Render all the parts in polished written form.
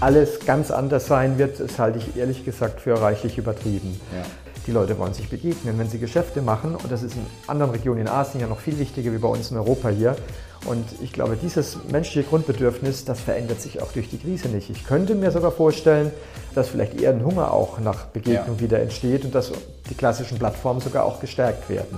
alles ganz anders sein wird, das halte ich ehrlich gesagt für reichlich übertrieben. Ja. Die Leute wollen sich begegnen, wenn sie Geschäfte machen, und das ist in anderen Regionen in Asien ja noch viel wichtiger wie bei uns in Europa hier. Und ich glaube, dieses menschliche Grundbedürfnis, das verändert sich auch durch die Krise nicht. Ich könnte mir sogar vorstellen, dass vielleicht eher ein Hunger auch nach Begegnung wieder entsteht und dass die klassischen Plattformen sogar auch gestärkt werden.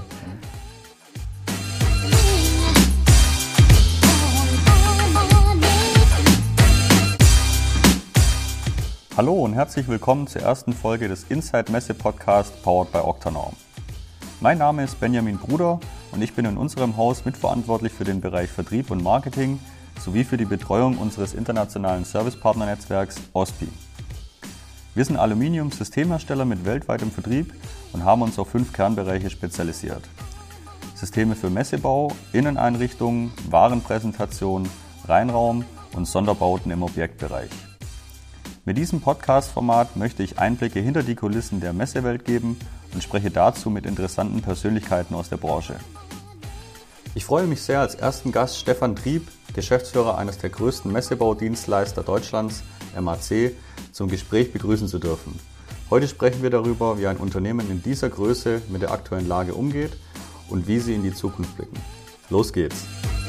Hallo und herzlich willkommen zur ersten Folge des Inside Messe Podcast powered by Octanorm. Mein Name ist Benjamin Bruder und ich bin in unserem Haus mitverantwortlich für den Bereich Vertrieb und Marketing sowie für die Betreuung unseres internationalen Servicepartnernetzwerks OSPI. Wir sind Aluminium-Systemhersteller mit weltweitem Vertrieb und haben uns auf 5 Kernbereiche spezialisiert. Systeme für Messebau, Inneneinrichtungen, Warenpräsentation, Reinraum und Sonderbauten im Objektbereich. Mit diesem Podcast-Format möchte ich Einblicke hinter die Kulissen der Messewelt geben und spreche dazu mit interessanten Persönlichkeiten aus der Branche. Ich freue mich sehr, als ersten Gast Stefan Trieb, Geschäftsführer eines der größten Messebaudienstleister Deutschlands, MAC, zum Gespräch begrüßen zu dürfen. Heute sprechen wir darüber, wie ein Unternehmen in dieser Größe mit der aktuellen Lage umgeht und wie sie in die Zukunft blicken. Los geht's!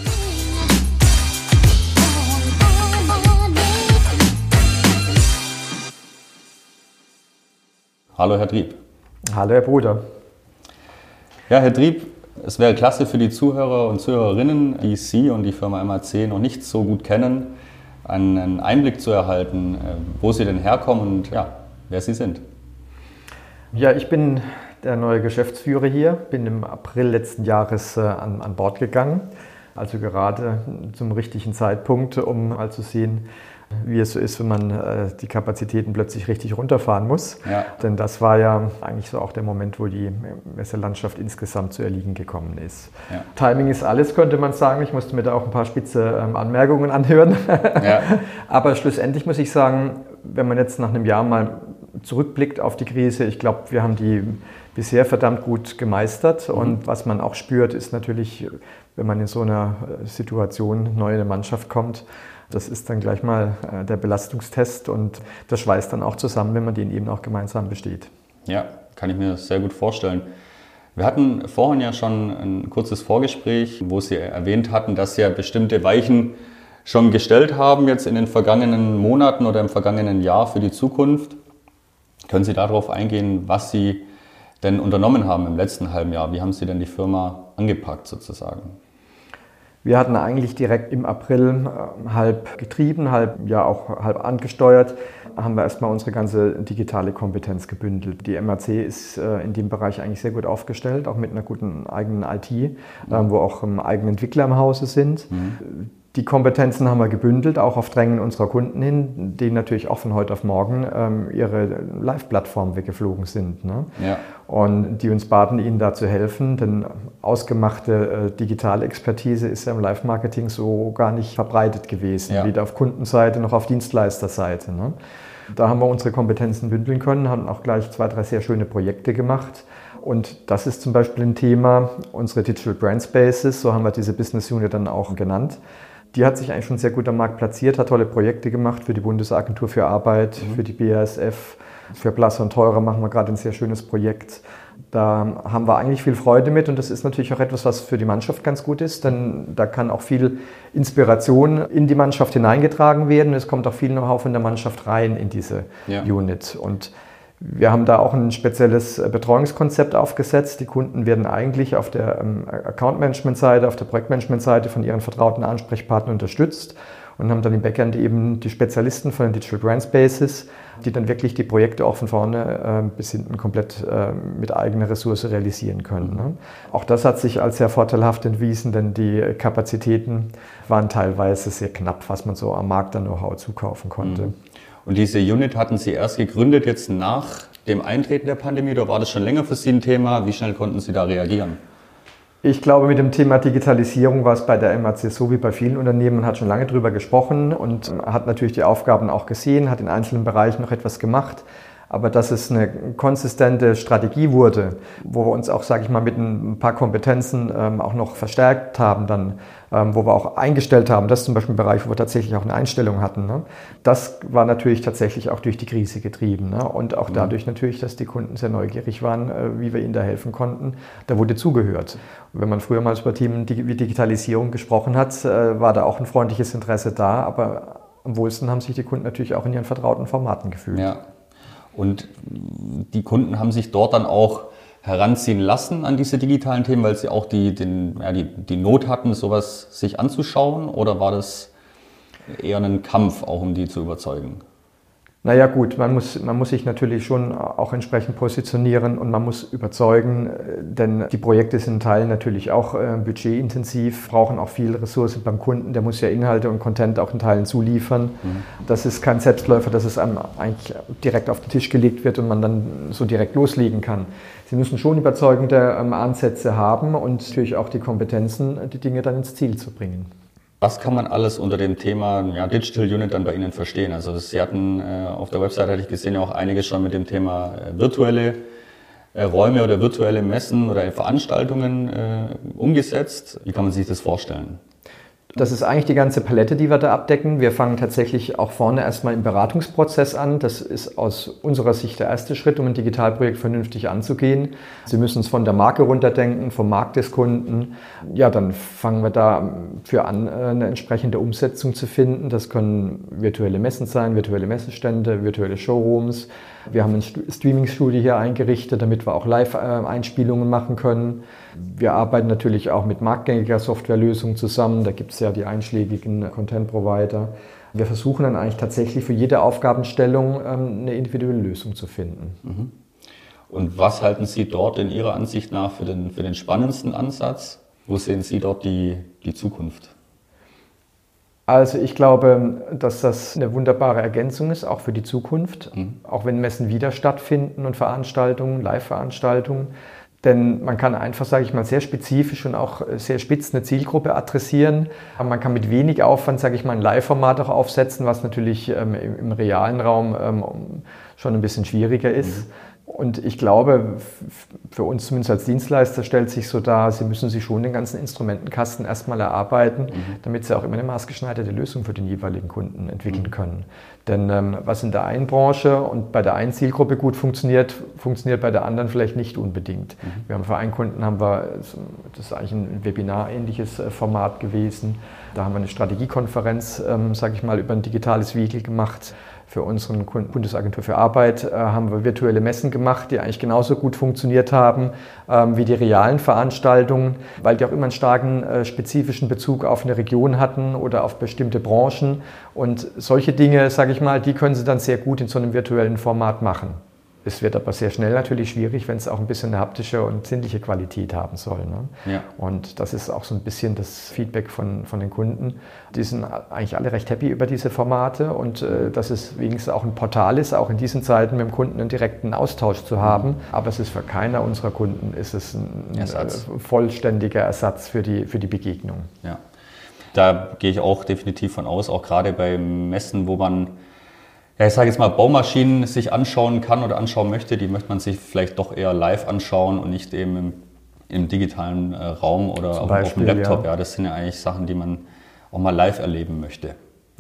Hallo Herr Trieb. Hallo Herr Bruder. Ja, Herr Trieb, es wäre klasse für die Zuhörer und Zuhörerinnen, die Sie und die Firma MAC noch nicht so gut kennen, einen Einblick zu erhalten, wo Sie denn herkommen und wer Sie sind. Ja, ich bin der neue Geschäftsführer hier, bin im April letzten Jahres an Bord gegangen, also gerade zum richtigen Zeitpunkt, um mal zu sehen, wie es so ist, wenn man die Kapazitäten plötzlich richtig runterfahren muss. Ja. Denn das war ja eigentlich so auch der Moment, wo die Messelandschaft insgesamt zu erliegen gekommen ist. Ja. Timing ist alles, könnte man sagen. Ich musste mir da auch ein paar spitze Anmerkungen anhören. Ja. Aber schlussendlich muss ich sagen, wenn man jetzt nach einem Jahr mal zurückblickt auf die Krise, ich glaube, wir haben die bisher verdammt gut gemeistert. Und was man auch spürt, ist natürlich, wenn man in so einer Situation neu in eine Mannschaft kommt, das ist dann gleich mal der Belastungstest und das schweißt dann auch zusammen, wenn man den eben auch gemeinsam besteht. Ja, kann ich mir sehr gut vorstellen. Wir hatten vorhin ja schon ein kurzes Vorgespräch, wo Sie erwähnt hatten, dass Sie ja bestimmte Weichen schon gestellt haben jetzt in den vergangenen Monaten oder im vergangenen Jahr für die Zukunft. Können Sie darauf eingehen, was Sie denn unternommen haben im letzten halben Jahr? Wie haben Sie denn die Firma angepackt sozusagen? Wir hatten eigentlich direkt im April halb getrieben, halb angesteuert, haben wir erstmal unsere ganze digitale Kompetenz gebündelt. Die MAC ist in dem Bereich eigentlich sehr gut aufgestellt, auch mit einer guten eigenen IT, wo auch eigene Entwickler im Hause sind. Die Kompetenzen haben wir gebündelt, auch auf Drängen unserer Kunden hin, die natürlich auch von heute auf morgen ihre Live-Plattform weggeflogen sind. Ne? Ja. Und die uns baten, ihnen da zu helfen, denn ausgemachte digitale Expertise ist ja im Live-Marketing so gar nicht verbreitet gewesen, weder auf Kundenseite noch auf Dienstleisterseite. Ne? Da haben wir unsere Kompetenzen bündeln können, haben auch gleich 2, 3 sehr schöne Projekte gemacht. Und das ist zum Beispiel ein Thema, unsere Digital Brand Spaces, so haben wir diese Business Unit dann auch genannt. Die hat sich eigentlich schon sehr gut am Markt platziert, hat tolle Projekte gemacht für die Bundesagentur für Arbeit, für die BASF, für Blass und Teurer machen wir gerade ein sehr schönes Projekt. Da haben wir eigentlich viel Freude mit und das ist natürlich auch etwas, was für die Mannschaft ganz gut ist, denn da kann auch viel Inspiration in die Mannschaft hineingetragen werden. Es kommt auch viel Know-how von der Mannschaft rein in diese Unit. Und wir haben da auch ein spezielles Betreuungskonzept aufgesetzt. Die Kunden werden eigentlich auf der Account-Management-Seite, auf der Projektmanagement-Seite von ihren vertrauten Ansprechpartnern unterstützt und haben dann im Backend eben die Spezialisten von den Digital Brand Spaces, die dann wirklich die Projekte auch von vorne bis hinten komplett mit eigener Ressource realisieren können. Ne? Auch das hat sich als sehr vorteilhaft entwiesen, denn die Kapazitäten waren teilweise sehr knapp, was man so am Markt an Know-how zukaufen konnte. Und diese Unit hatten Sie erst gegründet jetzt nach dem Eintreten der Pandemie oder war das schon länger für Sie ein Thema? Wie schnell konnten Sie da reagieren? Ich glaube, mit dem Thema Digitalisierung war es bei der MAC so wie bei vielen Unternehmen. Man hat schon lange drüber gesprochen und hat natürlich die Aufgaben auch gesehen, hat in einzelnen Bereichen noch etwas gemacht. Aber dass es eine konsistente Strategie wurde, wo wir uns auch, sage ich mal, mit ein paar Kompetenzen auch noch verstärkt haben, dann, wo wir auch eingestellt haben, das ist zum Beispiel ein Bereich, wo wir tatsächlich auch eine Einstellung hatten. Ne? Das war natürlich tatsächlich auch durch die Krise getrieben. Ne? Und auch dadurch natürlich, dass die Kunden sehr neugierig waren, wie wir ihnen da helfen konnten. Da wurde zugehört. Und wenn man früher mal über Themen wie Digitalisierung gesprochen hat, war da auch ein freundliches Interesse da, aber am wohlsten haben sich die Kunden natürlich auch in ihren vertrauten Formaten gefühlt. Ja. Und die Kunden haben sich dort dann auch heranziehen lassen an diese digitalen Themen, weil sie auch die Not hatten, sowas sich anzuschauen? Oder war das eher ein Kampf, auch um die zu überzeugen? Naja gut, man muss sich natürlich schon auch entsprechend positionieren und man muss überzeugen, denn die Projekte sind in Teilen natürlich auch budgetintensiv, brauchen auch viel Ressourcen beim Kunden, der muss ja Inhalte und Content auch in Teilen zuliefern. Das ist kein Selbstläufer, dass es einem eigentlich direkt auf den Tisch gelegt wird und man dann so direkt loslegen kann. Sie müssen schon überzeugende Ansätze haben und natürlich auch die Kompetenzen, die Dinge dann ins Ziel zu bringen. Was kann man alles unter dem Thema Digital Unit dann bei Ihnen verstehen? Also Sie hatten auf der Website, hatte ich gesehen, ja auch einiges schon mit dem Thema virtuelle Räume oder virtuelle Messen oder Veranstaltungen umgesetzt. Wie kann man sich das vorstellen? Das ist eigentlich die ganze Palette, die wir da abdecken. Wir fangen tatsächlich auch vorne erstmal im Beratungsprozess an. Das ist aus unserer Sicht der erste Schritt, um ein Digitalprojekt vernünftig anzugehen. Sie müssen es von der Marke runterdenken, vom Markt des Kunden. Ja, dann fangen wir dafür an, eine entsprechende Umsetzung zu finden. Das können virtuelle Messen sein, virtuelle Messestände, virtuelle Showrooms. Wir haben ein Streaming-Studio hier eingerichtet, damit wir auch Live-Einspielungen machen können. Wir arbeiten natürlich auch mit marktgängiger Softwarelösungen zusammen. Da gibt es ja die einschlägigen Content-Provider. Wir versuchen dann eigentlich tatsächlich für jede Aufgabenstellung eine individuelle Lösung zu finden. Und was halten Sie dort in Ihrer Ansicht nach für den spannendsten Ansatz? Wo sehen Sie dort die Zukunft? Also ich glaube, dass das eine wunderbare Ergänzung ist, auch für die Zukunft. Auch wenn Messen wieder stattfinden und Veranstaltungen, Live-Veranstaltungen. Denn man kann einfach, sage ich mal, sehr spezifisch und auch sehr spitz eine Zielgruppe adressieren. Aber man kann mit wenig Aufwand, sage ich mal, ein Live-Format auch aufsetzen, was natürlich im realen Raum schon ein bisschen schwieriger ist. Und ich glaube, für uns zumindest als Dienstleister stellt sich so dar, Sie müssen sich schon den ganzen Instrumentenkasten erstmal erarbeiten, damit Sie auch immer eine maßgeschneiderte Lösung für den jeweiligen Kunden entwickeln können. Denn was in der einen Branche und bei der einen Zielgruppe gut funktioniert, funktioniert bei der anderen vielleicht nicht unbedingt. Wir haben für einen Kunden, das ist eigentlich ein Webinar-ähnliches Format gewesen, da haben wir eine Strategiekonferenz, sage ich mal, über ein digitales Vehikel gemacht. Für unseren Kunden, Bundesagentur für Arbeit, haben wir virtuelle Messen gemacht, die eigentlich genauso gut funktioniert haben wie die realen Veranstaltungen, weil die auch immer einen starken spezifischen Bezug auf eine Region hatten oder auf bestimmte Branchen. Und solche Dinge, sage ich mal, die können Sie dann sehr gut in so einem virtuellen Format machen. Es wird aber sehr schnell natürlich schwierig, wenn es auch ein bisschen eine haptische und sinnliche Qualität haben soll. Ne? Ja. Und das ist auch so ein bisschen das Feedback von den Kunden. Die sind eigentlich alle recht happy über diese Formate und dass es wenigstens auch ein Portal ist, auch in diesen Zeiten mit dem Kunden einen direkten Austausch zu haben. Aber es ist für keiner unserer Kunden ist es ein vollständiger Ersatz für die Begegnung. Ja. Da gehe ich auch definitiv von aus, auch gerade bei Messen, wo man ich sage jetzt mal, Baumaschinen sich anschauen kann oder anschauen möchte, die möchte man sich vielleicht doch eher live anschauen und nicht eben im digitalen Raum oder auf dem Laptop. Ja, das sind ja eigentlich Sachen, die man auch mal live erleben möchte.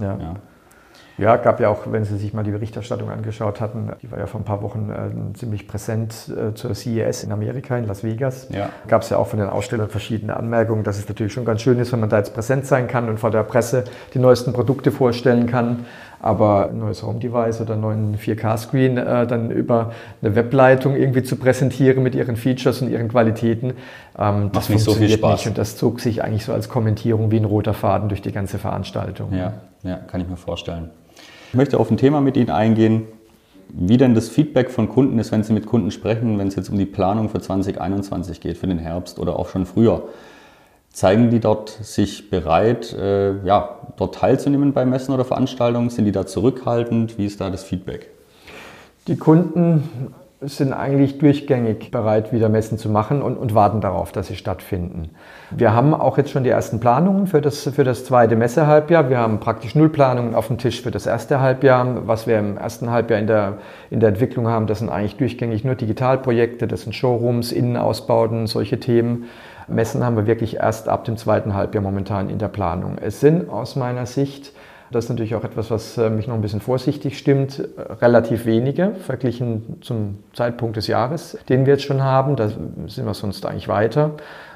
Ja, gab ja auch, wenn Sie sich mal die Berichterstattung angeschaut hatten, die war ja vor ein paar Wochen ziemlich präsent zur CES in Amerika, in Las Vegas. Ja. Gab es ja auch von den Ausstellern verschiedene Anmerkungen, dass es natürlich schon ganz schön ist, wenn man da jetzt präsent sein kann und vor der Presse die neuesten Produkte vorstellen kann. Aber ein neues Home-Device oder einen neuen 4K-Screen dann über eine Webleitung irgendwie zu präsentieren mit ihren Features und ihren Qualitäten, das nicht so viel Spaß. Nicht. Und das zog sich eigentlich so als Kommentierung wie ein roter Faden durch die ganze Veranstaltung. Ja, kann ich mir vorstellen. Ich möchte auf ein Thema mit Ihnen eingehen, wie denn das Feedback von Kunden ist, wenn Sie mit Kunden sprechen, wenn es jetzt um die Planung für 2021 geht, für den Herbst oder auch schon früher. Zeigen die dort sich bereit, dort teilzunehmen bei Messen oder Veranstaltungen? Sind die da zurückhaltend? Wie ist da das Feedback? Die Kunden sind eigentlich durchgängig bereit, wieder Messen zu machen und warten darauf, dass sie stattfinden. Wir haben auch jetzt schon die ersten Planungen für das zweite Messehalbjahr. Wir haben praktisch 0 Planungen auf dem Tisch für das erste Halbjahr. Was wir im ersten Halbjahr in der Entwicklung haben, das sind eigentlich durchgängig nur Digitalprojekte, das sind Showrooms, Innenausbauten, solche Themen. Messen haben wir wirklich erst ab dem zweiten Halbjahr momentan in der Planung. Es sind aus meiner Sicht, das ist natürlich auch etwas, was mich noch ein bisschen vorsichtig stimmt, relativ wenige verglichen zum Zeitpunkt des Jahres, den wir jetzt schon haben. Da sind wir sonst eigentlich weiter.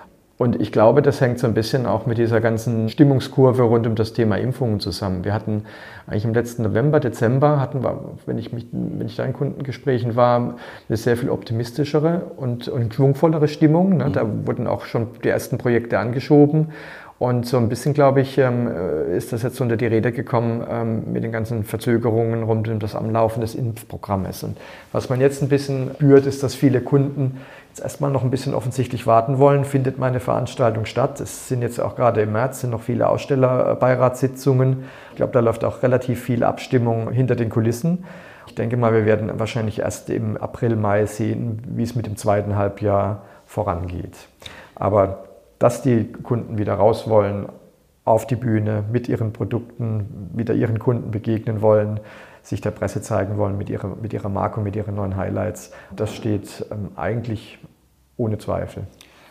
Und ich glaube, das hängt so ein bisschen auch mit dieser ganzen Stimmungskurve rund um das Thema Impfungen zusammen. Wir hatten eigentlich im letzten November, Dezember, hatten wir, wenn ich da in Kundengesprächen war, eine sehr viel optimistischere und schwungvollere Stimmung. Ne? Da wurden auch schon die ersten Projekte angeschoben. Und so ein bisschen, glaube ich, ist das jetzt unter die Rede gekommen mit den ganzen Verzögerungen rund um das Anlaufen des Impfprogrammes. Und was man jetzt ein bisschen spürt, ist, dass viele Kunden jetzt erstmal noch ein bisschen offensichtlich warten wollen. Findet meine Veranstaltung statt? Es sind jetzt auch gerade im März sind noch viele Ausstellerbeiratssitzungen. Ich glaube, da läuft auch relativ viel Abstimmung hinter den Kulissen. Ich denke mal, wir werden wahrscheinlich erst im April, Mai sehen, wie es mit dem zweiten Halbjahr vorangeht. Aber dass die Kunden wieder raus wollen, auf die Bühne, mit ihren Produkten, wieder ihren Kunden begegnen wollen, sich der Presse zeigen wollen mit ihrer Marke und mit ihren neuen Highlights, das steht eigentlich ohne Zweifel.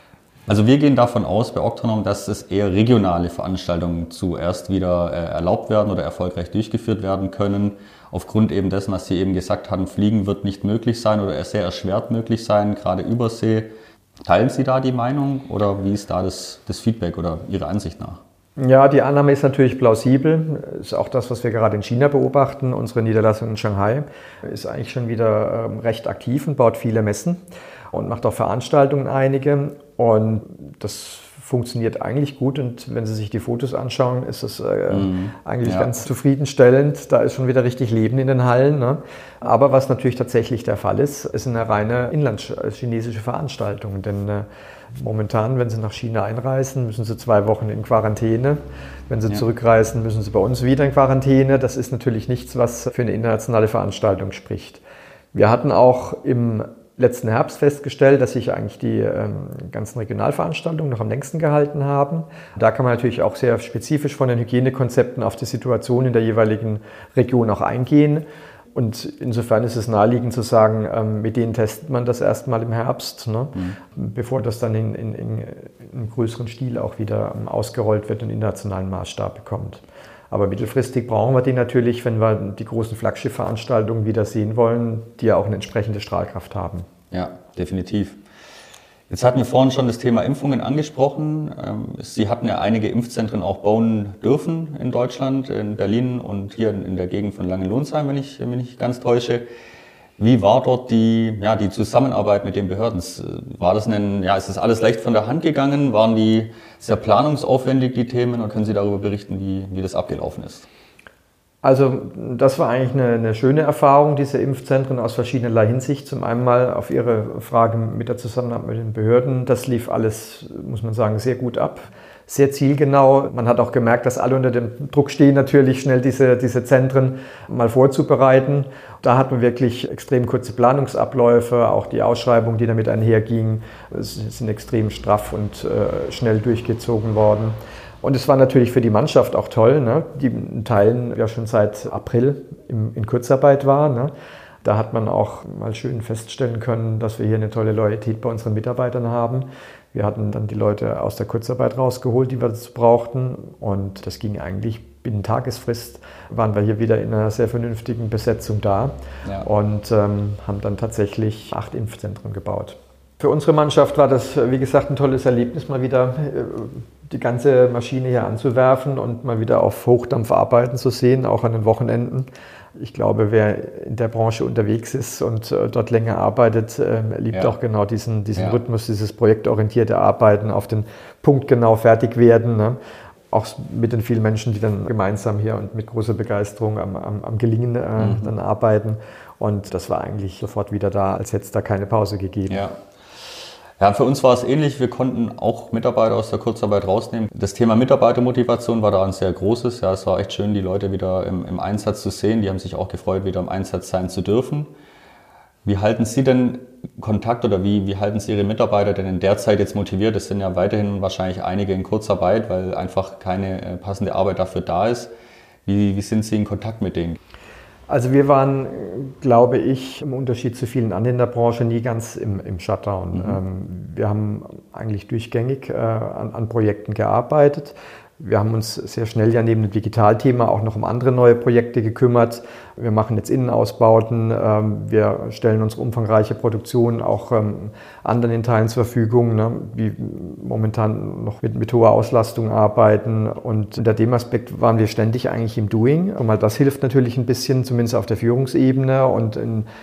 Also wir gehen davon aus bei Octanorm, dass es eher regionale Veranstaltungen zuerst wieder erlaubt werden oder erfolgreich durchgeführt werden können. Aufgrund eben dessen, was Sie eben gesagt haben, Fliegen wird nicht möglich sein oder sehr erschwert möglich sein, gerade Übersee. Teilen Sie da die Meinung oder wie ist da das Feedback oder Ihrer Ansicht nach? Ja, die Annahme ist natürlich plausibel. Ist auch das, was wir gerade in China beobachten. Unsere Niederlassung in Shanghai ist eigentlich schon wieder recht aktiv und baut viele Messen und macht auch Veranstaltungen einige. Und das funktioniert eigentlich gut. Und wenn Sie sich die Fotos anschauen, ist es eigentlich ganz zufriedenstellend. Da ist schon wieder richtig Leben in den Hallen. Ne? Aber was natürlich tatsächlich der Fall ist, ist eine reine inlandschinesische Veranstaltung. Denn momentan, wenn Sie nach China einreisen, müssen Sie 2 Wochen in Quarantäne. Wenn Sie zurückreisen, müssen Sie bei uns wieder in Quarantäne. Das ist natürlich nichts, was für eine internationale Veranstaltung spricht. Wir hatten auch im letzten Herbst festgestellt, dass sich eigentlich die ganzen Regionalveranstaltungen noch am längsten gehalten haben. Da kann man natürlich auch sehr spezifisch von den Hygienekonzepten auf die Situation in der jeweiligen Region auch eingehen. Und insofern ist es naheliegend zu sagen, mit denen testet man das erstmal im Herbst, ne? Bevor das dann in größeren Stil auch wieder ausgerollt wird und internationalen Maßstab bekommt. Aber mittelfristig brauchen wir die natürlich, wenn wir die großen Flaggschiffveranstaltungen wieder sehen wollen, die ja auch eine entsprechende Strahlkraft haben. Ja, definitiv. Jetzt hatten wir vorhin schon das Thema Impfungen angesprochen. Sie hatten ja einige Impfzentren auch bauen dürfen in Deutschland, in Berlin und hier in der Gegend von Langenlonsheim, wenn ich mich nicht ganz täusche. Wie war dort die Zusammenarbeit mit den Behörden? Ist das alles leicht von der Hand gegangen? Waren die sehr planungsaufwendig, die Themen? Und können Sie darüber berichten, wie das abgelaufen ist? Also das war eigentlich eine schöne Erfahrung, diese Impfzentren aus verschiedenerlei Hinsicht. Zum einen mal auf Ihre Frage mit der Zusammenarbeit mit den Behörden. Das lief alles, muss man sagen, sehr gut ab. Sehr zielgenau. Man hat auch gemerkt, dass alle unter dem Druck stehen, natürlich schnell diese Zentren mal vorzubereiten. Da hatten wir wirklich extrem kurze Planungsabläufe. Auch die Ausschreibungen, die damit einhergingen, sind extrem straff und schnell durchgezogen worden. Und es war natürlich für die Mannschaft auch toll, ne? Die in Teilen ja schon seit April in Kurzarbeit war. Ne? Da hat man auch mal schön feststellen können, dass wir hier eine tolle Loyalität bei unseren Mitarbeitern haben. Wir hatten dann die Leute aus der Kurzarbeit rausgeholt, die wir dazu brauchten. Und das ging eigentlich binnen Tagesfrist, waren wir hier wieder in einer sehr vernünftigen Besetzung da und haben dann tatsächlich 8 Impfzentren gebaut. Für unsere Mannschaft war das, wie gesagt, ein tolles Erlebnis, mal wieder die ganze Maschine hier anzuwerfen und mal wieder auf Hochdampf arbeiten zu sehen, auch an den Wochenenden. Ich glaube, wer in der Branche unterwegs ist und dort länger arbeitet, liebt auch genau diesen Rhythmus, dieses projektorientierte Arbeiten, auf den Punkt genau fertig werden. Ne? Auch mit den vielen Menschen, die dann gemeinsam hier und mit großer Begeisterung am Gelingen dann arbeiten. Und das war eigentlich sofort wieder da, als hätte es da keine Pause gegeben. Ja, für uns war es ähnlich. Wir konnten auch Mitarbeiter aus der Kurzarbeit rausnehmen. Das Thema Mitarbeitermotivation war da ein sehr großes. Ja, es war echt schön, die Leute wieder im Einsatz zu sehen. Die haben sich auch gefreut, wieder im Einsatz sein zu dürfen. Wie halten Sie denn Kontakt oder wie halten Sie Ihre Mitarbeiter denn in der Zeit jetzt motiviert? Es sind ja weiterhin wahrscheinlich einige in Kurzarbeit, weil einfach keine passende Arbeit dafür da ist. Wie sind Sie in Kontakt mit denen? Also wir waren, glaube ich, im Unterschied zu vielen anderen in der Branche nie ganz im Shutdown. Wir haben eigentlich durchgängig an Projekten gearbeitet. Wir haben uns sehr schnell ja neben dem Digitalthema auch noch um andere neue Projekte gekümmert. Wir machen jetzt Innenausbauten, wir stellen unsere umfangreiche Produktion auch anderen in Teilen zur Verfügung, ne, die momentan noch mit hoher Auslastung arbeiten. Und unter dem Aspekt waren wir ständig eigentlich im Doing. Und das hilft natürlich ein bisschen, zumindest auf der Führungsebene und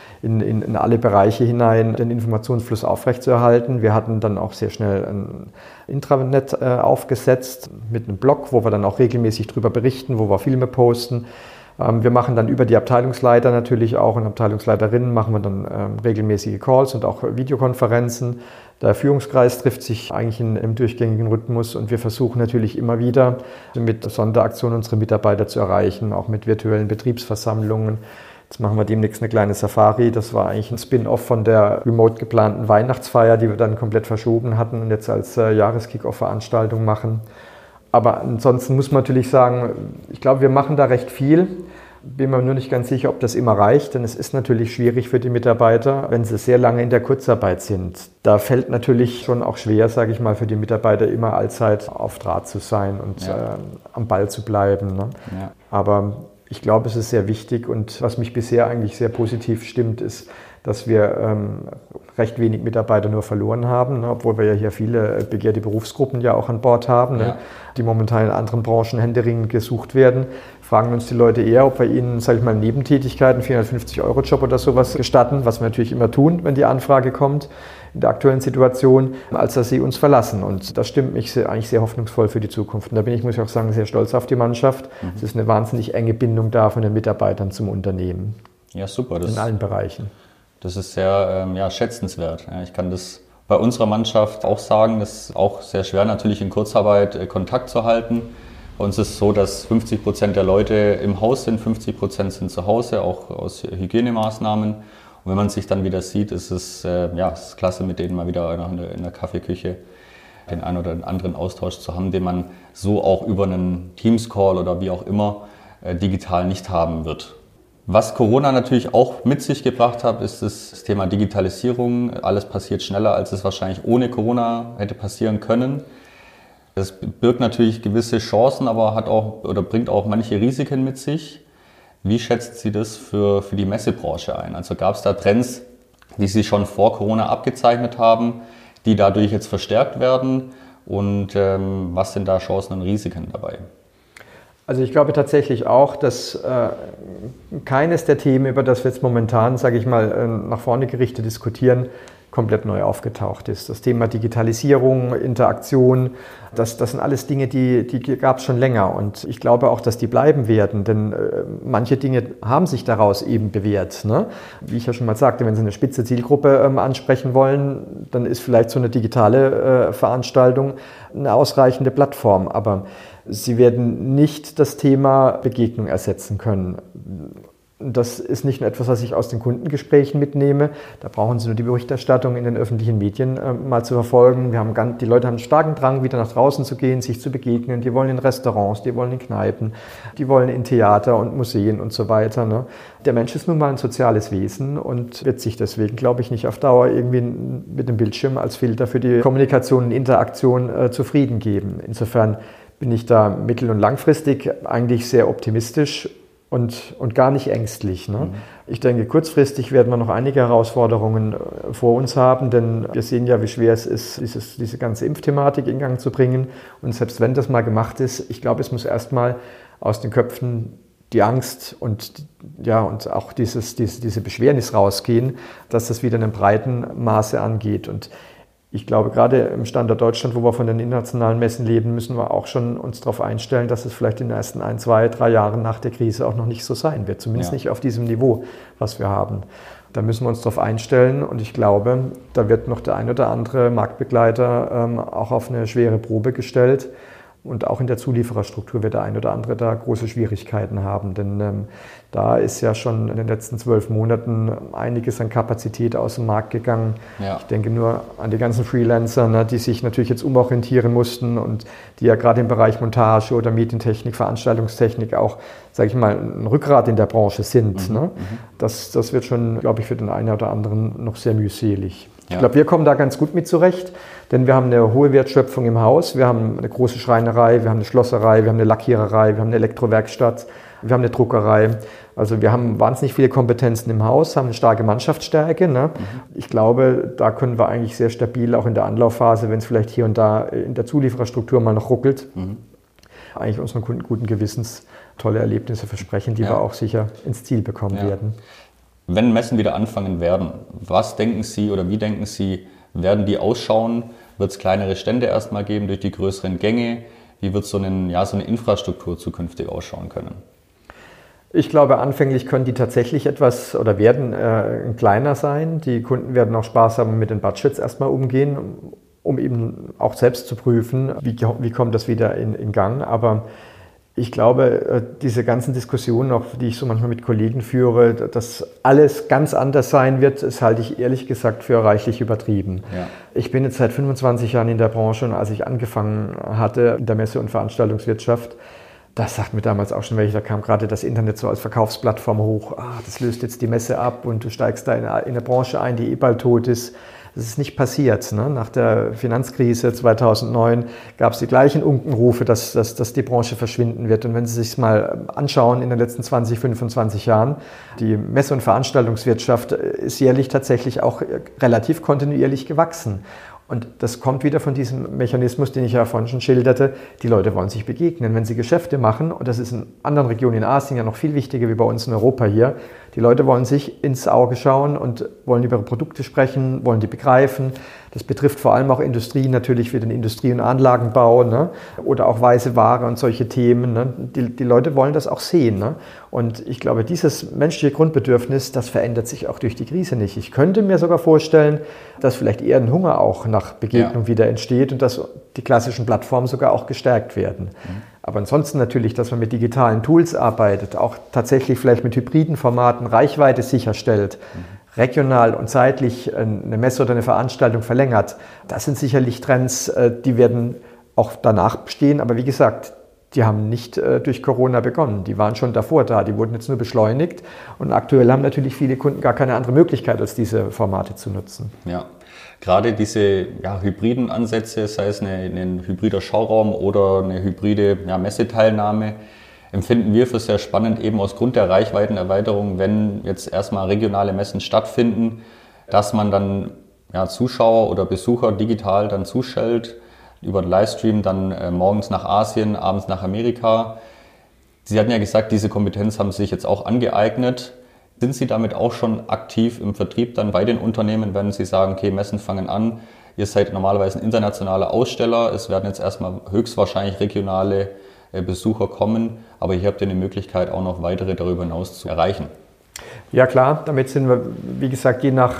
in alle Bereiche hinein, den Informationsfluss aufrechtzuerhalten. Wir hatten dann auch sehr schnell ein Intranet aufgesetzt mit einem Blog, wo wir dann auch regelmäßig darüber berichten, wo wir Filme posten. Wir machen dann über die Abteilungsleiter natürlich auch und Abteilungsleiterinnen machen wir dann regelmäßige Calls und auch Videokonferenzen. Der Führungskreis trifft sich eigentlich in einem durchgängigen Rhythmus und wir versuchen natürlich immer wieder mit Sonderaktionen unsere Mitarbeiter zu erreichen, auch mit virtuellen Betriebsversammlungen. Jetzt machen wir demnächst eine kleine Safari. Das war eigentlich ein Spin-off von der remote geplanten Weihnachtsfeier, die wir dann komplett verschoben hatten und jetzt als Jahreskick-Off-Veranstaltung machen. Aber ansonsten muss man natürlich sagen, ich glaube, wir machen da recht viel. Bin mir nur nicht ganz sicher, ob das immer reicht, denn es ist natürlich schwierig für die Mitarbeiter, wenn sie sehr lange in der Kurzarbeit sind. Da fällt natürlich schon auch schwer, sage ich mal, für die Mitarbeiter immer allzeit auf Draht zu sein und am Ball zu bleiben. Ne? Ja. Aber ich glaube, es ist sehr wichtig und was mich bisher eigentlich sehr positiv stimmt, ist, dass wir recht wenig Mitarbeiter nur verloren haben, ne, obwohl wir ja hier viele begehrte Berufsgruppen ja auch an Bord haben, ne, die momentan in anderen Branchen händeringend gesucht werden. Fragen uns die Leute eher, ob wir ihnen, sage ich mal, Nebentätigkeiten, 450-Euro-Job oder sowas gestatten, was wir natürlich immer tun, wenn die Anfrage kommt in der aktuellen Situation, als dass sie uns verlassen. Und das stimmt mich eigentlich sehr hoffnungsvoll für die Zukunft. Und da bin ich, muss ich auch sagen, sehr stolz auf die Mannschaft. Es ist eine wahnsinnig enge Bindung da von den Mitarbeitern zum Unternehmen. Ja, super. In allen Bereichen. Das ist sehr schätzenswert. Ich kann das bei unserer Mannschaft auch sagen, das ist auch sehr schwer natürlich in Kurzarbeit Kontakt zu halten. Bei uns ist es so, dass 50% der Leute im Haus sind, 50% sind zu Hause, auch aus Hygienemaßnahmen. Und wenn man sich dann wieder sieht, ist es ist klasse, mit denen mal wieder in der Kaffeeküche den einen oder anderen Austausch zu haben, den man so auch über einen Teams-Call oder wie auch immer digital nicht haben wird. Was Corona natürlich auch mit sich gebracht hat, ist das Thema Digitalisierung. Alles passiert schneller, als es wahrscheinlich ohne Corona hätte passieren können. Das birgt natürlich gewisse Chancen, aber bringt auch manche Risiken mit sich. Wie schätzt Sie das für die Messebranche ein? Also gab es da Trends, die Sie schon vor Corona abgezeichnet haben, die dadurch jetzt verstärkt werden? Und was sind da Chancen und Risiken dabei? Also ich glaube tatsächlich auch, dass keines der Themen, über das wir jetzt momentan, sage ich mal, nach vorne gerichtet diskutieren, komplett neu aufgetaucht ist. Das Thema Digitalisierung, Interaktion, das sind alles Dinge, die gab es schon länger. Und ich glaube auch, dass die bleiben werden, denn manche Dinge haben sich daraus eben bewährt. Ne? Wie ich ja schon mal sagte, wenn Sie eine spitze Zielgruppe ansprechen wollen, dann ist vielleicht so eine digitale Veranstaltung eine ausreichende Plattform. Aber Sie werden nicht das Thema Begegnung ersetzen können. Das ist nicht nur etwas, was ich aus den Kundengesprächen mitnehme. Da brauchen Sie nur die Berichterstattung in den öffentlichen Medien mal zu verfolgen. Die Leute haben einen starken Drang, wieder nach draußen zu gehen, sich zu begegnen. Die wollen in Restaurants, die wollen in Kneipen, die wollen in Theater und Museen und so weiter. Ne? Der Mensch ist nun mal ein soziales Wesen und wird sich deswegen, glaube ich, nicht auf Dauer irgendwie mit dem Bildschirm als Filter für die Kommunikation und Interaktion zufrieden geben. Insofern bin ich da mittel- und langfristig eigentlich sehr optimistisch und gar nicht ängstlich. Ne? Ich denke, kurzfristig werden wir noch einige Herausforderungen vor uns haben, denn wir sehen ja, wie schwer es ist, diese ganze Impfthematik in Gang zu bringen. Und selbst wenn das mal gemacht ist, ich glaube, es muss erstmal aus den Köpfen die Angst und auch diese Beschwernis rausgehen, dass das wieder in einem breiten Maße angeht. Und ich glaube, gerade im Standort Deutschland, wo wir von den internationalen Messen leben, müssen wir auch schon uns darauf einstellen, dass es vielleicht in den ersten 1, 2, 3 Jahren nach der Krise auch noch nicht so sein wird. Zumindest nicht auf diesem Niveau, was wir haben. Da müssen wir uns darauf einstellen und ich glaube, da wird noch der ein oder andere Marktbegleiter auch auf eine schwere Probe gestellt. Und auch in der Zuliefererstruktur wird der ein oder andere da große Schwierigkeiten haben. Denn da ist ja schon in den letzten 12 Monaten einiges an Kapazität aus dem Markt gegangen. Ja. Ich denke nur an die ganzen Freelancer, ne, die sich natürlich jetzt umorientieren mussten und die ja gerade im Bereich Montage oder Medientechnik, Veranstaltungstechnik auch, sage ich mal, ein Rückgrat in der Branche sind. Ne? Das wird schon, glaube ich, für den einen oder anderen noch sehr mühselig. Ja. Ich glaube, wir kommen da ganz gut mit zurecht, denn wir haben eine hohe Wertschöpfung im Haus. Wir haben eine große Schreinerei, wir haben eine Schlosserei, wir haben eine Lackiererei, wir haben eine Elektrowerkstatt, wir haben eine Druckerei. Also wir haben wahnsinnig viele Kompetenzen im Haus, haben eine starke Mannschaftsstärke. Ne? Ich glaube, da können wir eigentlich sehr stabil, auch in der Anlaufphase, wenn es vielleicht hier und da in der Zuliefererstruktur mal noch ruckelt, eigentlich unseren Kunden guten Gewissens tolle Erlebnisse versprechen, die wir auch sicher ins Ziel bekommen werden. Wenn Messen wieder anfangen werden, was denken Sie oder wie denken Sie, werden die ausschauen? Wird es kleinere Stände erstmal geben durch die größeren Gänge? Wie wird so eine Infrastruktur zukünftig ausschauen können? Ich glaube, anfänglich können die tatsächlich etwas oder werden kleiner sein. Die Kunden werden auch Spaß haben, mit den Budgets erstmal umgehen, um eben auch selbst zu prüfen, wie kommt das wieder in Gang. Aber ich glaube, diese ganzen Diskussionen, auch die ich so manchmal mit Kollegen führe, dass alles ganz anders sein wird, das halte ich ehrlich gesagt für reichlich übertrieben. Ja. Ich bin jetzt seit 25 Jahren in der Branche und als ich angefangen hatte in der Messe- und Veranstaltungswirtschaft, das sagt mir damals auch schon welche, da kam gerade das Internet so als Verkaufsplattform hoch. Das löst jetzt die Messe ab und du steigst da in eine Branche ein, die bald tot ist. Das ist nicht passiert. Ne? Nach der Finanzkrise 2009 gab es die gleichen Unkenrufe, dass die Branche verschwinden wird. Und wenn Sie sich mal anschauen in den letzten 20, 25 Jahren, die Messe- und Veranstaltungswirtschaft ist jährlich tatsächlich auch relativ kontinuierlich gewachsen. Und das kommt wieder von diesem Mechanismus, den ich ja vorhin schon schilderte. Die Leute wollen sich begegnen, wenn sie Geschäfte machen. Und das ist in anderen Regionen in Asien ja noch viel wichtiger wie bei uns in Europa hier. Die Leute wollen sich ins Auge schauen und wollen über ihre Produkte sprechen, wollen die begreifen. Das betrifft vor allem auch Industrie, natürlich für den Industrie- und Anlagenbau, ne? Oder auch weiße Ware und solche Themen. Ne? Die Leute wollen das auch sehen. Ne? Und ich glaube, dieses menschliche Grundbedürfnis, das verändert sich auch durch die Krise nicht. Ich könnte mir sogar vorstellen, dass vielleicht eher ein Hunger auch nach Begegnung wieder entsteht und dass die klassischen Plattformen sogar auch gestärkt werden. Aber ansonsten natürlich, dass man mit digitalen Tools arbeitet, auch tatsächlich vielleicht mit hybriden Formaten Reichweite sicherstellt, regional und zeitlich eine Messe oder eine Veranstaltung verlängert. Das sind sicherlich Trends, die werden auch danach bestehen. Aber wie gesagt, die haben nicht durch Corona begonnen. Die waren schon davor da. Die wurden jetzt nur beschleunigt. Und aktuell haben natürlich viele Kunden gar keine andere Möglichkeit, als diese Formate zu nutzen. Ja, gerade diese hybriden Ansätze, sei es ein hybrider Schauraum oder eine hybride Messeteilnahme, empfinden wir für sehr spannend, eben aus Grund der Reichweitenerweiterung, wenn jetzt erstmal regionale Messen stattfinden, dass man dann Zuschauer oder Besucher digital dann zuschaltet, über den Livestream dann morgens nach Asien, abends nach Amerika. Sie hatten ja gesagt, diese Kompetenz haben Sie sich jetzt auch angeeignet. Sind Sie damit auch schon aktiv im Vertrieb dann bei den Unternehmen, wenn Sie sagen, okay, Messen fangen an, ihr seid normalerweise ein internationaler Aussteller, es werden jetzt erstmal höchstwahrscheinlich regionale Besucher kommen, aber hier habt ihr eine Möglichkeit, auch noch weitere darüber hinaus zu erreichen. Ja klar, damit sind wir, wie gesagt, je nach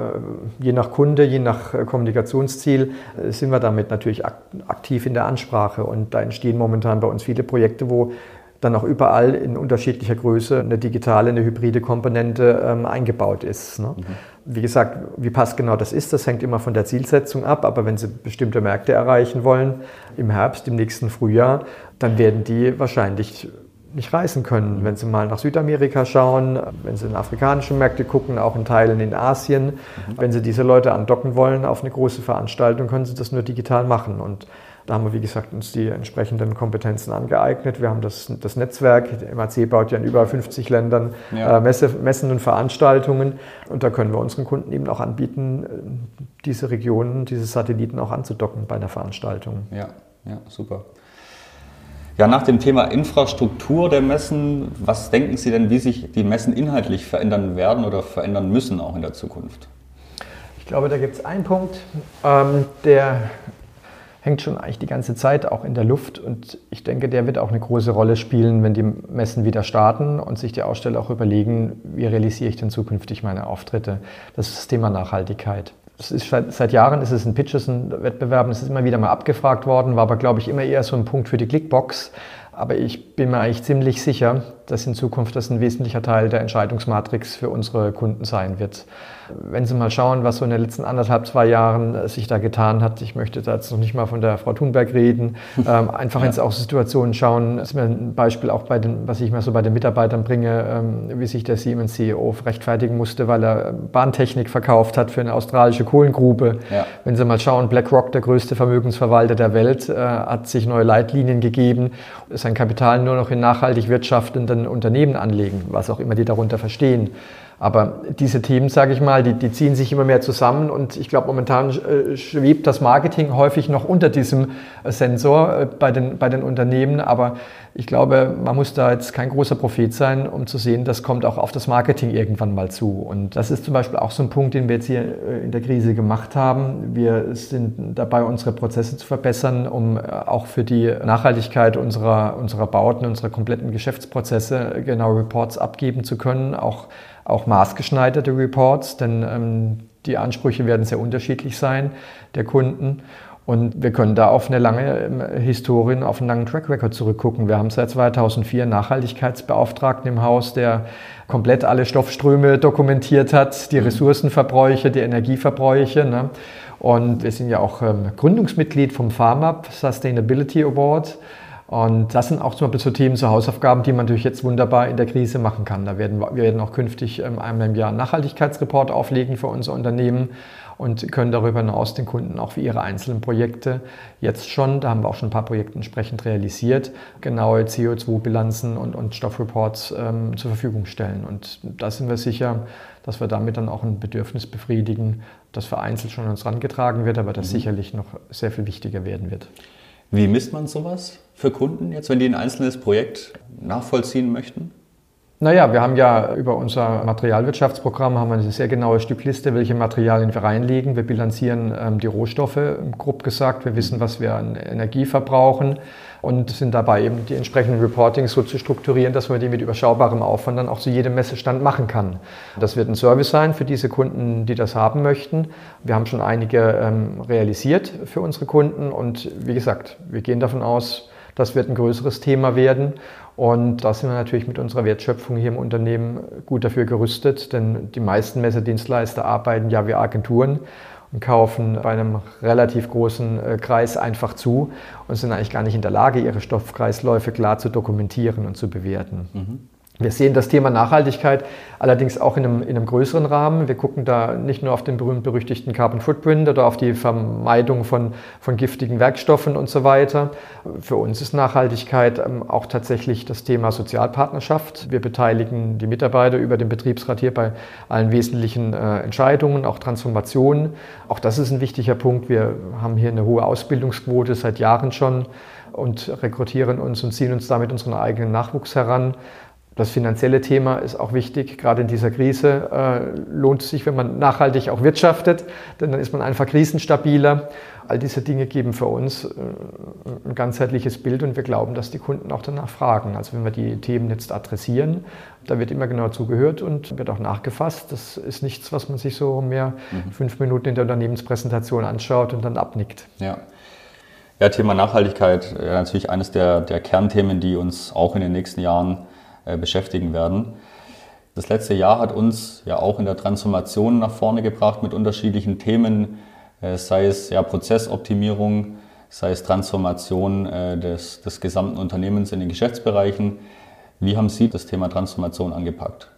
Kunde, je nach Kommunikationsziel, sind wir damit natürlich aktiv in der Ansprache. Und da entstehen momentan bei uns viele Projekte, wo dann auch überall in unterschiedlicher Größe eine digitale, eine hybride Komponente eingebaut ist. Ne? Wie gesagt, wie passgenau das ist, das hängt immer von der Zielsetzung ab. Aber wenn Sie bestimmte Märkte erreichen wollen, im Herbst, im nächsten Frühjahr, dann werden die wahrscheinlich nicht reisen können. Wenn Sie mal nach Südamerika schauen, wenn Sie in afrikanische Märkte gucken, auch in Teilen in Asien, wenn Sie diese Leute andocken wollen auf eine große Veranstaltung, können Sie das nur digital machen. Und da haben wir, wie gesagt, uns die entsprechenden Kompetenzen angeeignet. Wir haben das Netzwerk, der MAC baut ja in über 50 Ländern Messen und Veranstaltungen. Und da können wir unseren Kunden eben auch anbieten, diese Regionen, diese Satelliten auch anzudocken bei einer Veranstaltung. Ja, super. Ja, nach dem Thema Infrastruktur der Messen, was denken Sie denn, wie sich die Messen inhaltlich verändern werden oder verändern müssen auch in der Zukunft? Ich glaube, da gibt es einen Punkt, der hängt schon eigentlich die ganze Zeit auch in der Luft und ich denke, der wird auch eine große Rolle spielen, wenn die Messen wieder starten und sich die Aussteller auch überlegen, wie realisiere ich denn zukünftig meine Auftritte. Das ist das Thema Nachhaltigkeit. Das ist seit Jahren ist es ein Pitches-Wettbewerb, es ist immer wieder mal abgefragt worden, war aber, glaube ich, immer eher so ein Punkt für die Clickbox. Aber ich bin mir eigentlich ziemlich sicher, dass in Zukunft das ein wesentlicher Teil der Entscheidungsmatrix für unsere Kunden sein wird. Wenn Sie mal schauen, was so in den letzten 1,5–2 Jahren sich da getan hat, ich möchte da jetzt noch nicht mal von der Frau Thunberg reden, einfach jetzt auch Situationen schauen, das ist mir ein Beispiel auch was ich mir so bei den Mitarbeitern bringe, wie sich der Siemens-CEO rechtfertigen musste, weil er Bahntechnik verkauft hat für eine australische Kohlengrube. Ja. Wenn Sie mal schauen, BlackRock, der größte Vermögensverwalter der Welt, hat sich neue Leitlinien gegeben, sein Kapital nur noch in nachhaltig wirtschaftenden Unternehmen anlegen, was auch immer die darunter verstehen. Aber diese Themen, sage ich mal, die ziehen sich immer mehr zusammen und ich glaube, momentan schwebt das Marketing häufig noch unter diesem Sensor bei den Unternehmen. Aber ich glaube, man muss da jetzt kein großer Prophet sein, um zu sehen, das kommt auch auf das Marketing irgendwann mal zu. Und das ist zum Beispiel auch so ein Punkt, den wir jetzt hier in der Krise gemacht haben. Wir sind dabei, unsere Prozesse zu verbessern, um auch für die Nachhaltigkeit unserer Bauten, unserer kompletten Geschäftsprozesse genau Reports abgeben zu können, auch maßgeschneiderte Reports, denn die Ansprüche werden sehr unterschiedlich sein der Kunden. Und wir können da auf eine lange Historie, auf einen langen Track Record zurückgucken. Wir haben seit 2004 einen Nachhaltigkeitsbeauftragten im Haus, der komplett alle Stoffströme dokumentiert hat, die Ressourcenverbräuche, die Energieverbräuche. Ne? Und wir sind ja auch Gründungsmitglied vom FAMAP, Sustainability Award. Und das sind auch zum Beispiel so Themen, so Hausaufgaben, die man natürlich jetzt wunderbar in der Krise machen kann. Wir werden auch künftig einmal im Jahr einen Nachhaltigkeitsreport auflegen für unser Unternehmen und können darüber hinaus den Kunden auch für ihre einzelnen Projekte jetzt schon, da haben wir auch schon ein paar Projekte entsprechend realisiert, genaue CO2-Bilanzen und Stoffreports zur Verfügung stellen. Und da sind wir sicher, dass wir damit dann auch ein Bedürfnis befriedigen, das vereinzelt schon an uns herangetragen wird, aber das sicherlich noch sehr viel wichtiger werden wird. Wie misst man sowas für Kunden jetzt, wenn die ein einzelnes Projekt nachvollziehen möchten? Naja, wir haben ja über unser Materialwirtschaftsprogramm haben wir eine sehr genaue Stückliste, welche Materialien wir reinlegen. Wir bilanzieren die Rohstoffe, grob gesagt. Wir wissen, was wir an Energie verbrauchen und sind dabei eben die entsprechenden Reportings so zu strukturieren, dass man die mit überschaubarem Aufwand dann auch zu jedem Messestand machen kann. Das wird ein Service sein für diese Kunden, die das haben möchten. Wir haben schon einige realisiert für unsere Kunden und wie gesagt, wir gehen davon aus, das wird ein größeres Thema werden und da sind wir natürlich mit unserer Wertschöpfung hier im Unternehmen gut dafür gerüstet, denn die meisten Messedienstleister arbeiten ja wie Agenturen und kaufen bei einem relativ großen Kreis einfach zu und sind eigentlich gar nicht in der Lage, ihre Stoffkreisläufe klar zu dokumentieren und zu bewerten. Mhm. Wir sehen das Thema Nachhaltigkeit allerdings auch in einem größeren Rahmen. Wir gucken da nicht nur auf den berühmt-berüchtigten Carbon Footprint oder auf die Vermeidung von giftigen Werkstoffen und so weiter. Für uns ist Nachhaltigkeit auch tatsächlich das Thema Sozialpartnerschaft. Wir beteiligen die Mitarbeiter über den Betriebsrat hier bei allen wesentlichen Entscheidungen, auch Transformationen. Auch das ist ein wichtiger Punkt. Wir haben hier eine hohe Ausbildungsquote seit Jahren schon und rekrutieren uns und ziehen uns damit unseren eigenen Nachwuchs heran. Das finanzielle Thema ist auch wichtig, gerade in dieser Krise lohnt es sich, wenn man nachhaltig auch wirtschaftet, denn dann ist man einfach krisenstabiler. All diese Dinge geben für uns ein ganzheitliches Bild und wir glauben, dass die Kunden auch danach fragen. Also wenn wir die Themen jetzt adressieren, da wird immer genau zugehört und wird auch nachgefasst. Das ist nichts, was man sich so mehr 5 Minuten in der Unternehmenspräsentation anschaut und dann abnickt. Ja, Thema Nachhaltigkeit, natürlich eines der Kernthemen, die uns auch in den nächsten Jahren beschäftigen werden. Das letzte Jahr hat uns ja auch in der Transformation nach vorne gebracht mit unterschiedlichen Themen, sei es Prozessoptimierung, sei es Transformation des gesamten Unternehmens in den Geschäftsbereichen. Wie haben Sie das Thema Transformation angepackt?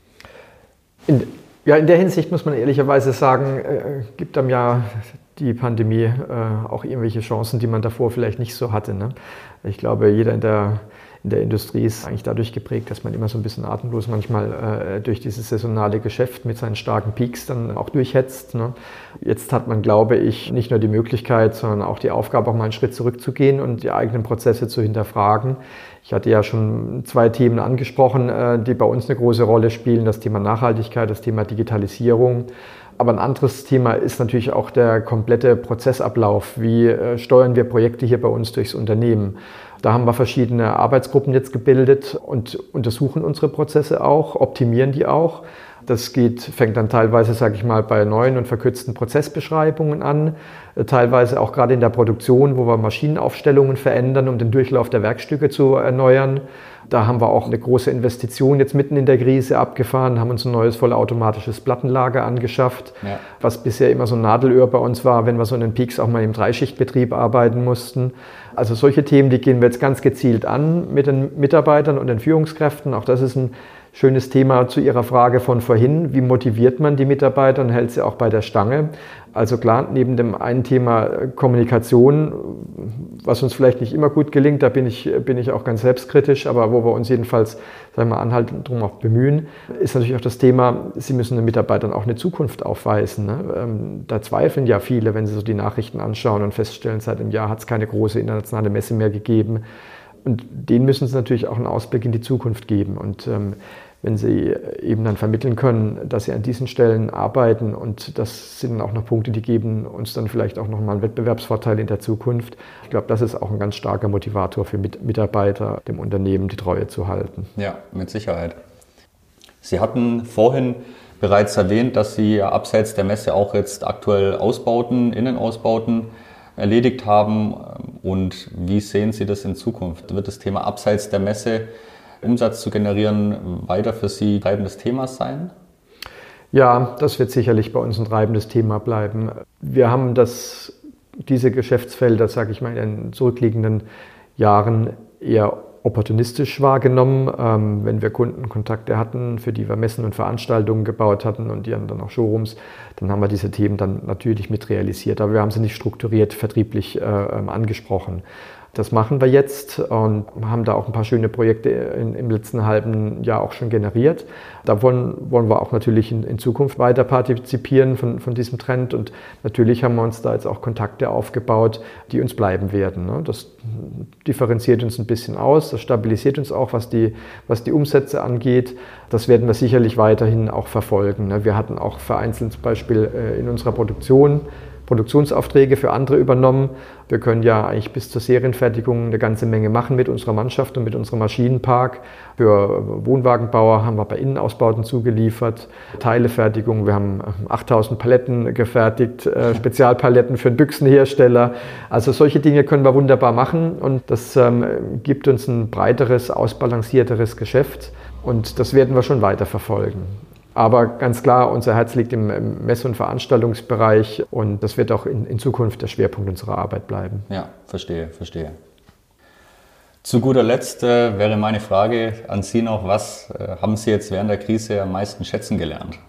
In der Hinsicht muss man ehrlicherweise sagen, gibt einem ja die Pandemie auch irgendwelche Chancen, die man davor vielleicht nicht so hatte. Ne? Ich glaube, jeder in der Industrie ist eigentlich dadurch geprägt, dass man immer so ein bisschen atemlos manchmal durch dieses saisonale Geschäft mit seinen starken Peaks dann auch durchhetzt. Ne? Jetzt hat man, glaube ich, nicht nur die Möglichkeit, sondern auch die Aufgabe, auch mal einen Schritt zurückzugehen und die eigenen Prozesse zu hinterfragen. Ich hatte ja schon 2 Themen angesprochen, die bei uns eine große Rolle spielen. Das Thema Nachhaltigkeit, das Thema Digitalisierung. Aber ein anderes Thema ist natürlich auch der komplette Prozessablauf. Wie steuern wir Projekte hier bei uns durchs Unternehmen? Da haben wir verschiedene Arbeitsgruppen jetzt gebildet und untersuchen unsere Prozesse auch, optimieren die auch. Das fängt dann teilweise, sage ich mal, bei neuen und verkürzten Prozessbeschreibungen an, teilweise auch gerade in der Produktion, wo wir Maschinenaufstellungen verändern, um den Durchlauf der Werkstücke zu erneuern. Da haben wir auch eine große Investition jetzt mitten in der Krise abgefahren, haben uns ein neues vollautomatisches Plattenlager angeschafft, was bisher immer so ein Nadelöhr bei uns war, wenn wir so in den Peaks auch mal im Dreischichtbetrieb arbeiten mussten. Also solche Themen, die gehen wir jetzt ganz gezielt an mit den Mitarbeitern und den Führungskräften. Auch das ist ein schönes Thema zu Ihrer Frage von vorhin. Wie motiviert man die Mitarbeiter und hält sie auch bei der Stange? Also klar, neben dem einen Thema Kommunikation, was uns vielleicht nicht immer gut gelingt, da bin ich auch ganz selbstkritisch, aber wo wir uns jedenfalls, sagen wir mal, anhaltend drum auch bemühen, ist natürlich auch das Thema, Sie müssen den Mitarbeitern auch eine Zukunft aufweisen. Ne? Da zweifeln ja viele, wenn sie so die Nachrichten anschauen und feststellen, seit einem Jahr hat es keine große internationale Messe mehr gegeben. Und denen müssen Sie natürlich auch einen Ausblick in die Zukunft geben. Und wenn Sie eben dann vermitteln können, dass Sie an diesen Stellen arbeiten und das sind dann auch noch Punkte, die geben uns dann vielleicht auch nochmal einen Wettbewerbsvorteil in der Zukunft. Ich glaube, das ist auch ein ganz starker Motivator für Mitarbeiter, dem Unternehmen die Treue zu halten. Ja, mit Sicherheit. Sie hatten vorhin bereits erwähnt, dass Sie abseits der Messe auch jetzt aktuell Ausbauten, Innenausbauten erledigt haben. Und wie sehen Sie das in Zukunft? Wird das Thema abseits der Messe Umsatz zu generieren weiter für Sie treibendes Thema sein? Ja, das wird sicherlich bei uns ein treibendes Thema bleiben. Wir haben diese Geschäftsfelder, sage ich mal, in den zurückliegenden Jahren eher opportunistisch wahrgenommen, wenn wir Kundenkontakte hatten, für die wir Messen und Veranstaltungen gebaut hatten und die haben dann auch Showrooms, dann haben wir diese Themen dann natürlich mit realisiert. Aber wir haben sie nicht strukturiert vertrieblich angesprochen. Das machen wir jetzt und haben da auch ein paar schöne Projekte im letzten halben Jahr auch schon generiert. Da wollen wir auch natürlich in Zukunft weiter partizipieren von diesem Trend. Und natürlich haben wir uns da jetzt auch Kontakte aufgebaut, die uns bleiben werden. Das differenziert uns ein bisschen aus, das stabilisiert uns auch, was die Umsätze angeht. Das werden wir sicherlich weiterhin auch verfolgen. Wir hatten auch vereinzelt zum Beispiel in unserer Produktionsaufträge für andere übernommen. Wir können ja eigentlich bis zur Serienfertigung eine ganze Menge machen mit unserer Mannschaft und mit unserem Maschinenpark. Für Wohnwagenbauer haben wir bei Innenausbauten zugeliefert, Teilefertigung. Wir haben 8000 Paletten gefertigt, Spezialpaletten für einen Büchsenhersteller. Also solche Dinge können wir wunderbar machen und das gibt uns ein breiteres, ausbalancierteres Geschäft und das werden wir schon weiter verfolgen. Aber ganz klar, unser Herz liegt im Messe- und Veranstaltungsbereich und das wird auch in Zukunft der Schwerpunkt unserer Arbeit bleiben. Ja, verstehe. Zu guter Letzt wäre meine Frage an Sie noch, was haben Sie jetzt während der Krise am meisten schätzen gelernt?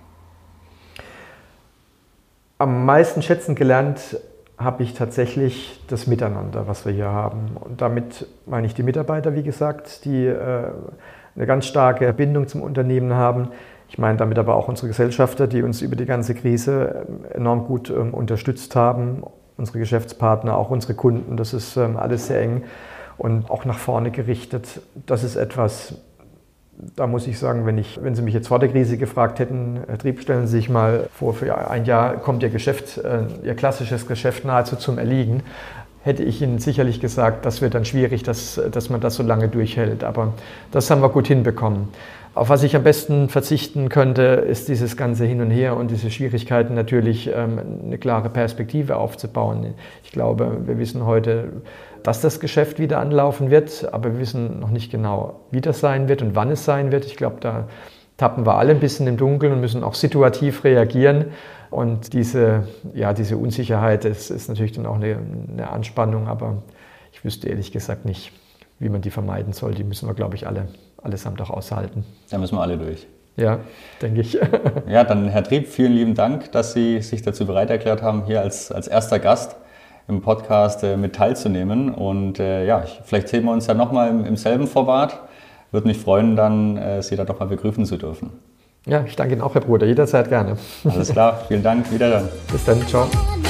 Am meisten schätzen gelernt habe ich tatsächlich das Miteinander, was wir hier haben. Und damit meine ich die Mitarbeiter, wie gesagt, die eine ganz starke Bindung zum Unternehmen haben. Ich meine damit aber auch unsere Gesellschafter, die uns über die ganze Krise enorm gut unterstützt haben, unsere Geschäftspartner, auch unsere Kunden, das ist alles sehr eng und auch nach vorne gerichtet. Das ist etwas, da muss ich sagen, wenn Sie mich jetzt vor der Krise gefragt hätten, Herr Trieb, stellen Sie sich mal vor, für ein Jahr kommt Ihr Geschäft, Ihr klassisches Geschäft nahezu zum Erliegen, hätte ich Ihnen sicherlich gesagt, das wird dann schwierig, dass man das so lange durchhält. Aber das haben wir gut hinbekommen. Auf was ich am besten verzichten könnte, ist dieses ganze Hin und Her und diese Schwierigkeiten natürlich eine klare Perspektive aufzubauen. Ich glaube, wir wissen heute, dass das Geschäft wieder anlaufen wird, aber wir wissen noch nicht genau, wie das sein wird und wann es sein wird. Ich glaube, da tappen wir alle ein bisschen im Dunkeln und müssen auch situativ reagieren. Und diese Unsicherheit, das ist natürlich dann auch eine Anspannung, aber ich wüsste ehrlich gesagt nicht, wie man die vermeiden soll. Die müssen wir, glaube ich, allesamt auch aushalten. Da müssen wir alle durch. Ja, denke ich. Ja, dann Herr Trieb, vielen lieben Dank, dass Sie sich dazu bereit erklärt haben, hier als erster Gast im Podcast mit teilzunehmen. Und vielleicht sehen wir uns ja nochmal im selben Format. Würde mich freuen, dann Sie da doch mal begrüßen zu dürfen. Ja, ich danke Ihnen auch, Herr Bruder, jederzeit gerne. Alles klar, vielen Dank, wiederhören. Bis dann, ciao.